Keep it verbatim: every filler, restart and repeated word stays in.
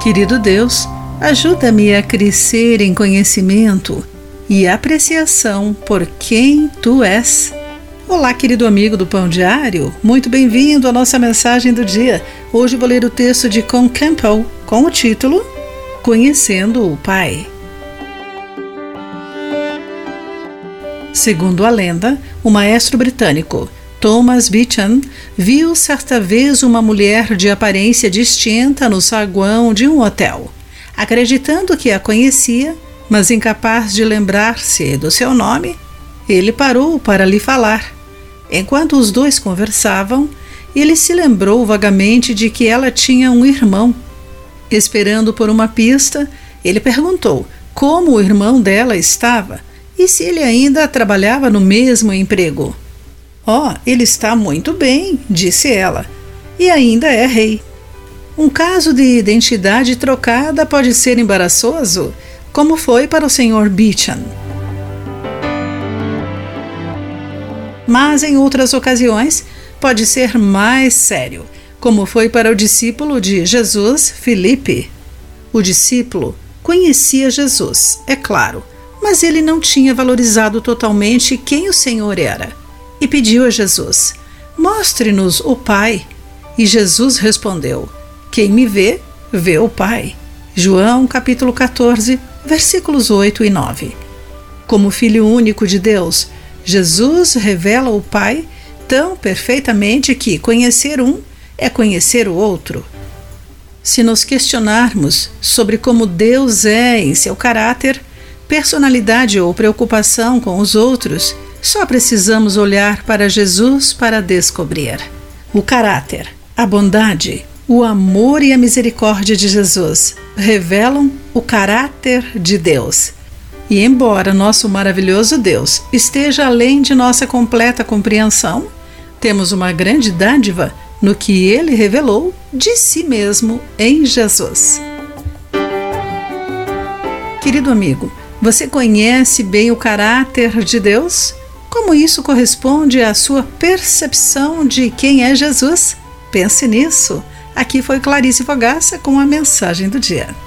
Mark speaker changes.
Speaker 1: Querido Deus, ajuda-me a crescer em conhecimento e apreciação por quem Tu és. Olá, querido amigo do Pão Diário, muito bem-vindo à nossa mensagem do dia. Hoje vou ler o texto de Con Campbell com o título Conhecendo o Pai. Segundo a lenda, o maestro britânico Thomas Beecham viu certa vez uma mulher de aparência distinta no saguão de um hotel. Acreditando que a conhecia, mas incapaz de lembrar-se do seu nome, ele parou para lhe falar. Enquanto os dois conversavam, ele se lembrou vagamente de que ela tinha um irmão. Esperando por uma pista, ele perguntou como o irmão dela estava e se ele ainda trabalhava no mesmo emprego. Oh, ele está muito bem, disse ela, e ainda é rei. Um caso de identidade trocada pode ser embaraçoso, como foi para o senhor Beecham. Mas em outras ocasiões pode ser mais sério, como foi para o discípulo de Jesus, Filipe. O discípulo conhecia Jesus, é claro, mas ele não tinha valorizado totalmente quem o Senhor era. E pediu a Jesus: mostre-nos o Pai. E Jesus respondeu: quem me vê, vê o Pai. João capítulo catorze, versículos oito e nove. Como Filho único de Deus, Jesus revela o Pai tão perfeitamente que conhecer um é conhecer o outro. Se nos questionarmos sobre como Deus é em seu caráter, personalidade ou preocupação com os outros, só precisamos olhar para Jesus para descobrir. O caráter, a bondade, o amor e a misericórdia de Jesus revelam o caráter de Deus. E embora nosso maravilhoso Deus esteja além de nossa completa compreensão, temos uma grande dádiva no que Ele revelou de si mesmo em Jesus. Querido amigo, você conhece bem o caráter de Deus? Como isso corresponde à sua percepção de quem é Jesus? Pense nisso. Aqui foi Clarice Fogaça com a mensagem do dia.